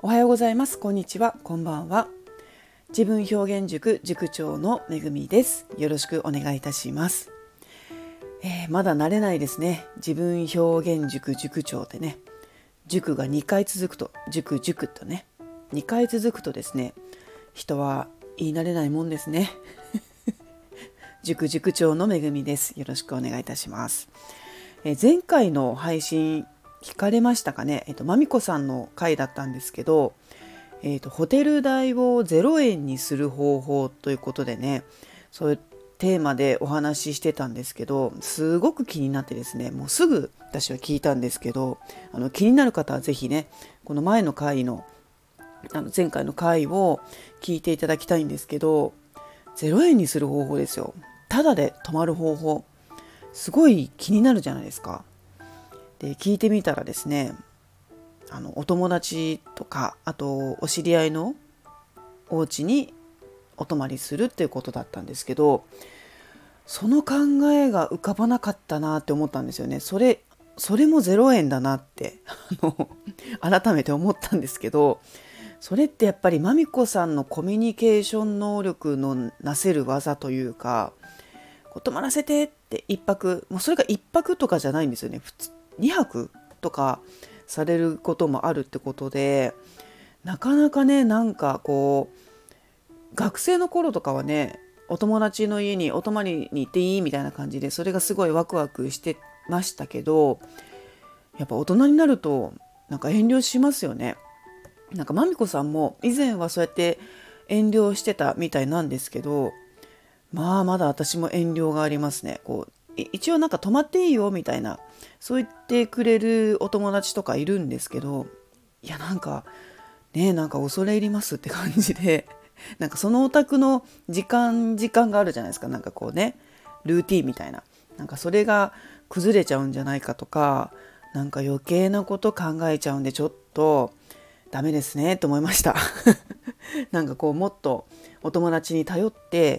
おはようございます。こんにちは。こんばんは。自分表現塾塾長のめぐみです。よろしくお願いいたします。まだ慣れないですね。自分表現塾塾長ってね。塾が2回続くと、塾とね。2回続くとですね、人は言い慣れないもんですね。塾長のめぐみです。よろしくお願いいたします。前回の配信聞かれましたかね。まみこさんの回だったんですけど、ホテル代を0円にする方法ということでね、そういうテーマでお話ししてたんですけど、すごく気になってですね、もうすぐ私は聞いたんですけど、気になる方はぜひね、この前の回の前回の回を聞いていただきたいんですけど、0円にする方法ですよ。ただで泊まる方法、すごい気になるじゃないですか。で、聞いてみたらですね、お友達とか、あとお知り合いのお家にお泊まりするっていうことだったんですけど、その考えが浮かばなかったなって思ったんですよね。それも0円だなって改めて思ったんですけど、それってやっぱりまみこさんのコミュニケーション能力のなせる技というか、泊まらせてって一泊、もうそれが一泊とかじゃないんですよね。普通2泊とかされることもあるってことで、なかなかね、なんかこう学生の頃とかはね、お友達の家にお泊まりに行っていいみたいな感じで、それがすごいワクワクしてましたけど、やっぱ大人になるとなんか遠慮しますよね。なんかまみこさんも以前はそうやって遠慮してたみたいなんですけど、まあまだ私も遠慮がありますね。一応なんか泊まっていいよみたいな、そう言ってくれるお友達とかいるんですけど、いやなんかね、なんか恐れ入りますって感じで、なんかそのお宅の時間があるじゃないですか。なんかこうね、ルーティンみたいな、なんかそれが崩れちゃうんじゃないかとか、なんか余計なこと考えちゃうんで、ちょっとダメですねと思いました。なんかこうもっとお友達に頼って、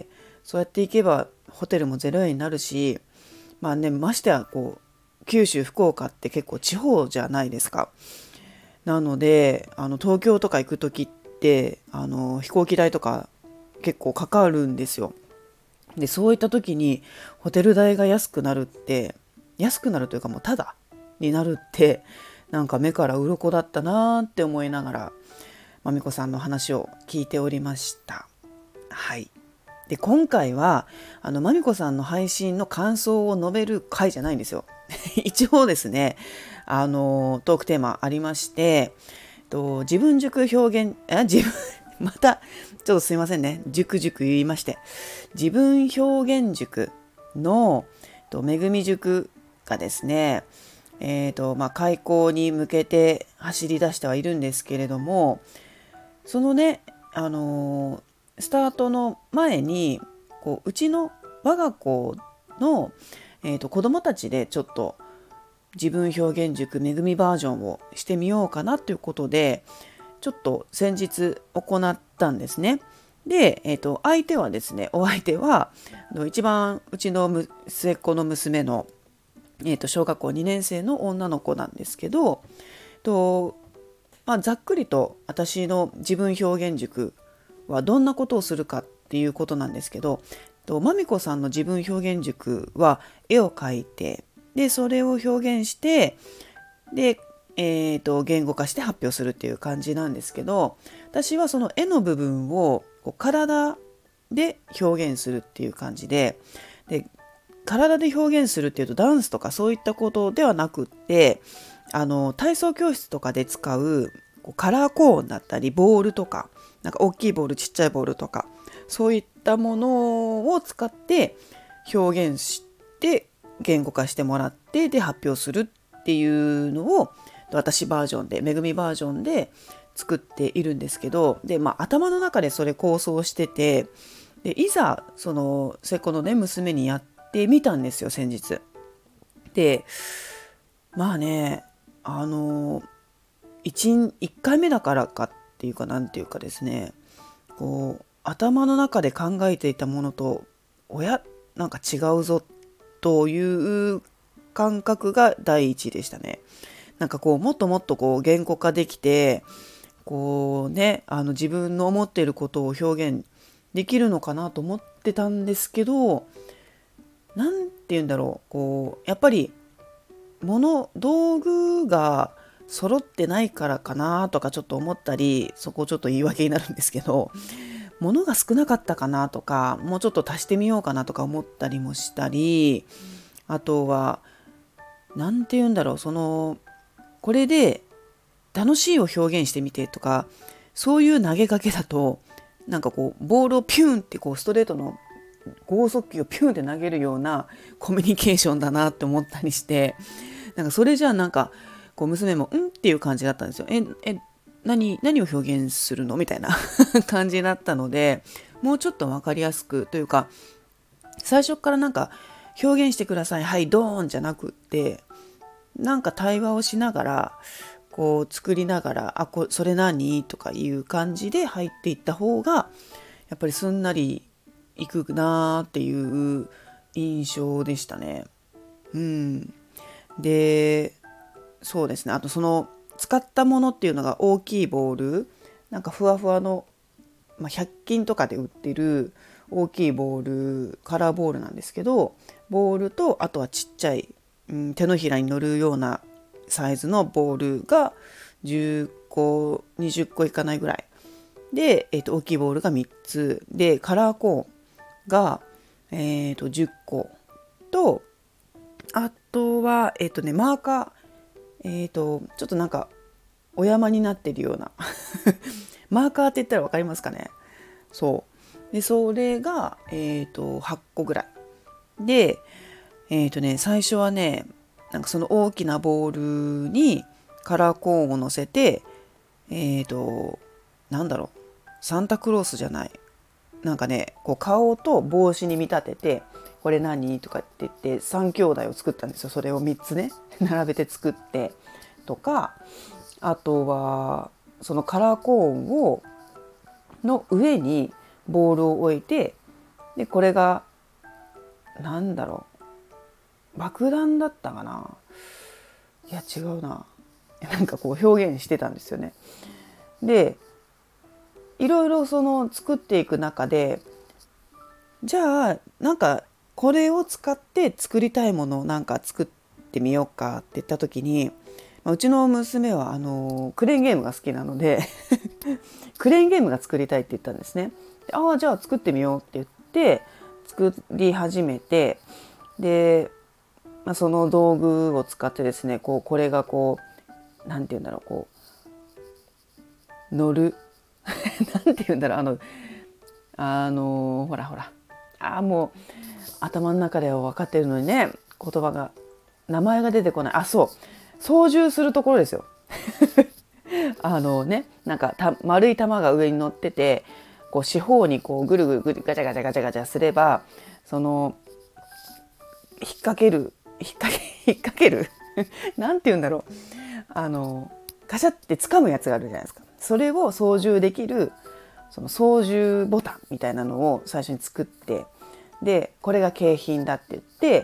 そうやっていけばホテルも0円になるし、まあね、ましては九州福岡って結構地方じゃないですか。なので東京とか行く時って飛行機代とか結構かかるんですよ。で、そういった時にホテル代が安くなるというかもうタダになるって、なんか目から鱗だったなって思いながらまみこさんの話を聞いておりました。はい。で、今回はまみこさんの配信の感想を述べる回じゃないんですよ。一応ですね、トークテーマありまして、自分塾表現、自分またちょっとすいませんね、塾言いまして、自分表現塾のめぐみ塾がですね、開校に向けて走り出してはいるんですけれども、そのね、スタートの前にうちの我が子の、子供たちでちょっと自分表現塾めぐみバージョンをしてみようかなということで、ちょっと先日行ったんですね。で、お相手は一番うちの末っ子の娘の、小学校2年生の女の子なんですけど、ざっくりと私の自分表現塾はどんなことをするかっていうことなんですけど、まみこさんの自分表現塾は絵を描いて、でそれを表現して、で、言語化して発表するっていう感じなんですけど、私はその絵の部分を体で表現するっていう感じで、体で表現するっていうとダンスとかそういったことではなくって、体操教室とかで使うカラーコーンだったりボールとか、なんか大きいボールちっちゃいボールとか、そういったものを使って表現して言語化してもらって、で発表するっていうのを私バージョンで、めぐみバージョンで作っているんですけど、で、頭の中でそれ構想してて、でいざその末っ子のね娘にやってみたんですよ、先日。で、まあね、1回目だからかっていうか、なんていうかですね、頭の中で考えていたものとなんか違うぞという感覚が第一でしたね。なんかもっともっと言語化できて、 こうね自分の思っていることを表現できるのかなと思ってたんですけど、なんて言うんだろう、こうやっぱり道具が揃ってないからかなとかちょっと思ったり、そこちょっと言い訳になるんですけど、物が少なかったかなとか、もうちょっと足してみようかなとか思ったりもしたり、あとはなんて言うんだろう、これで楽しいを表現してみてとか、そういう投げかけだとなんかこうボールをピュンってこうストレートの剛速球をピュンって投げるようなコミュニケーションだなって思ったりして、なんかそれじゃあなんかこう娘もっていう感じだったんですよ。何を表現するのみたいな感じになったので、もうちょっと分かりやすくというか、最初からなんか表現してくださいはいドーンじゃなくって、なんか対話をしながらこう作りながらそれ何とかいう感じで入っていった方がやっぱりすんなりいくなっていう印象でしたね。でそうですね、あと使ったものっていうのが大きいボール、なんかふわふわの、100均とかで売ってる大きいボール、カラーボールなんですけど、ボールとあとはちっちゃい、手のひらに乗るようなサイズのボールが10個20個いかないぐらいで、大きいボールが3つで、カラーコーンが、10個と、あとはマーカー、ちょっとなんかお山になってるようなマーカーって言ったら分かりますかね。そうで、それが、8個ぐらいで、最初はね、なんかその大きなボールにカラーコーンを乗せて、なんだろう、サンタクロースじゃない、なんかね、こう顔と帽子に見立てて、これ何とかって言って3兄弟を作ったんですよ。それを3つね並べて作ってとか、あとはそのカラーコーンの上にボールを置いて、でこれがなんだろう、爆弾だったかな、いや違うな、なんかこう表現してたんですよね。でいろいろ作っていく中で、じゃあなんかこれを使って作りたいものをなんか作ってみようかって言った時に、うちの娘はクレーンゲームが好きなのでクレーンゲームが作りたいって言ったんですね。じゃあ作ってみようって言って作り始めて、で、その道具を使ってですね、これがこうなんて言うんだろう、こう乗るなんて言うんだろう、ほらもう頭の中では分かってるのにね、言葉が名前が出てこない。操縦するところですよなんか丸い玉が上に乗ってて、こう四方にこうぐるぐるガチャガチャガチャガチャすれば、引っ掛けるなんて言うんだろう、ガシャって掴むやつがあるじゃないですか。それを操縦できるその操縦ボタンみたいなのを最初に作って、でこれが景品だって言って、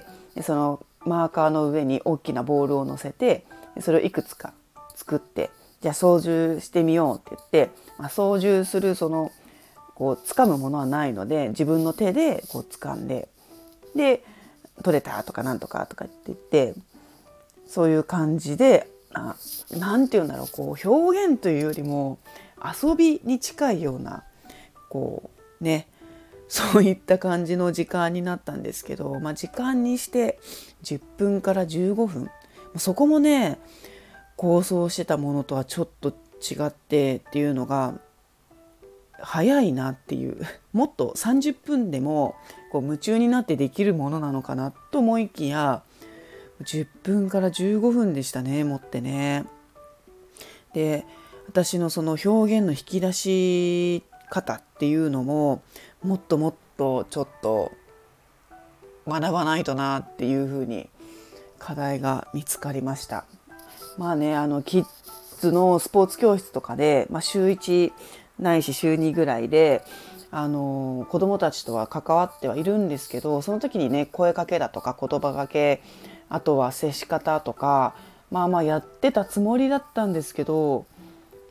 でそのマーカーの上に大きなボールを乗せて、それをいくつか作って、じゃあ操縦してみようって言って、操縦するこう掴むものはないので、自分の手でこう掴んで、で取れたとかなんとかとかって言って、そういう感じでなんて言うんだろう、こう表現というよりも遊びに近いようなこうね、そういった感じの時間になったんですけど、時間にして10分から15分、そこもね構想してたものとはちょっと違ってっていうのが早いなっていう、もっと30分でもこう夢中になってできるものなのかなと思いきや、10分から15分でしたね、もってね。で私のその表現の引き出し方っていうのももっともっとちょっと学ばないとなっていうふうに課題が見つかりました。キッズのスポーツ教室とかで、週1ないし週2ぐらいで子どもたちとは関わってはいるんですけど、その時にね、声かけだとか言葉がけ、あとは接し方とかやってたつもりだったんですけど、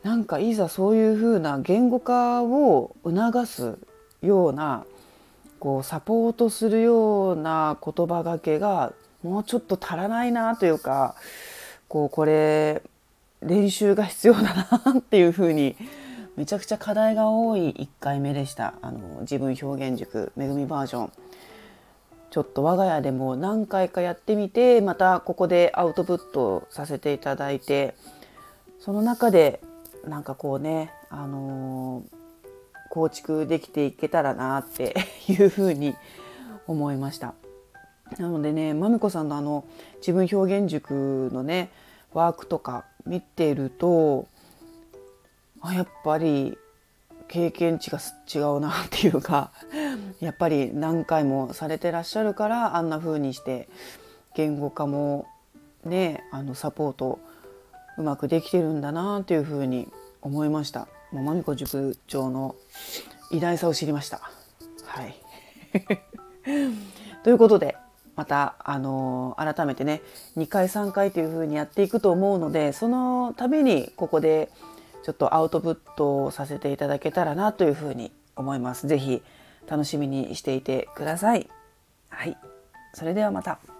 なんかいざそういう風な言語化を促すようなこうサポートするような言葉がけがもうちょっと足らないなというか、これ練習が必要だなっていう風にめちゃくちゃ課題が多い1回目でした。自分表現塾めぐみバージョン、ちょっと我が家でも何回かやってみて、またここでアウトプットさせていただいて、その中でなんかこうね、構築できていけたらなっていうふうに思いました。なのでね、まみこさんの自分表現塾のねワークとか見ていると、やっぱり経験値が違うなっていうか、やっぱり何回もされてらっしゃるからあんな風にして言語化もねサポートうまくできてるんだなっていう風に思いました。もうまみこ塾長の偉大さを知りました。はいということで、また改めてね2回3回という風にやっていくと思うので、その度にここでちょっとアウトプットをさせていただけたらなという風に思います。ぜひ楽しみにしていてください。はい、それではまた。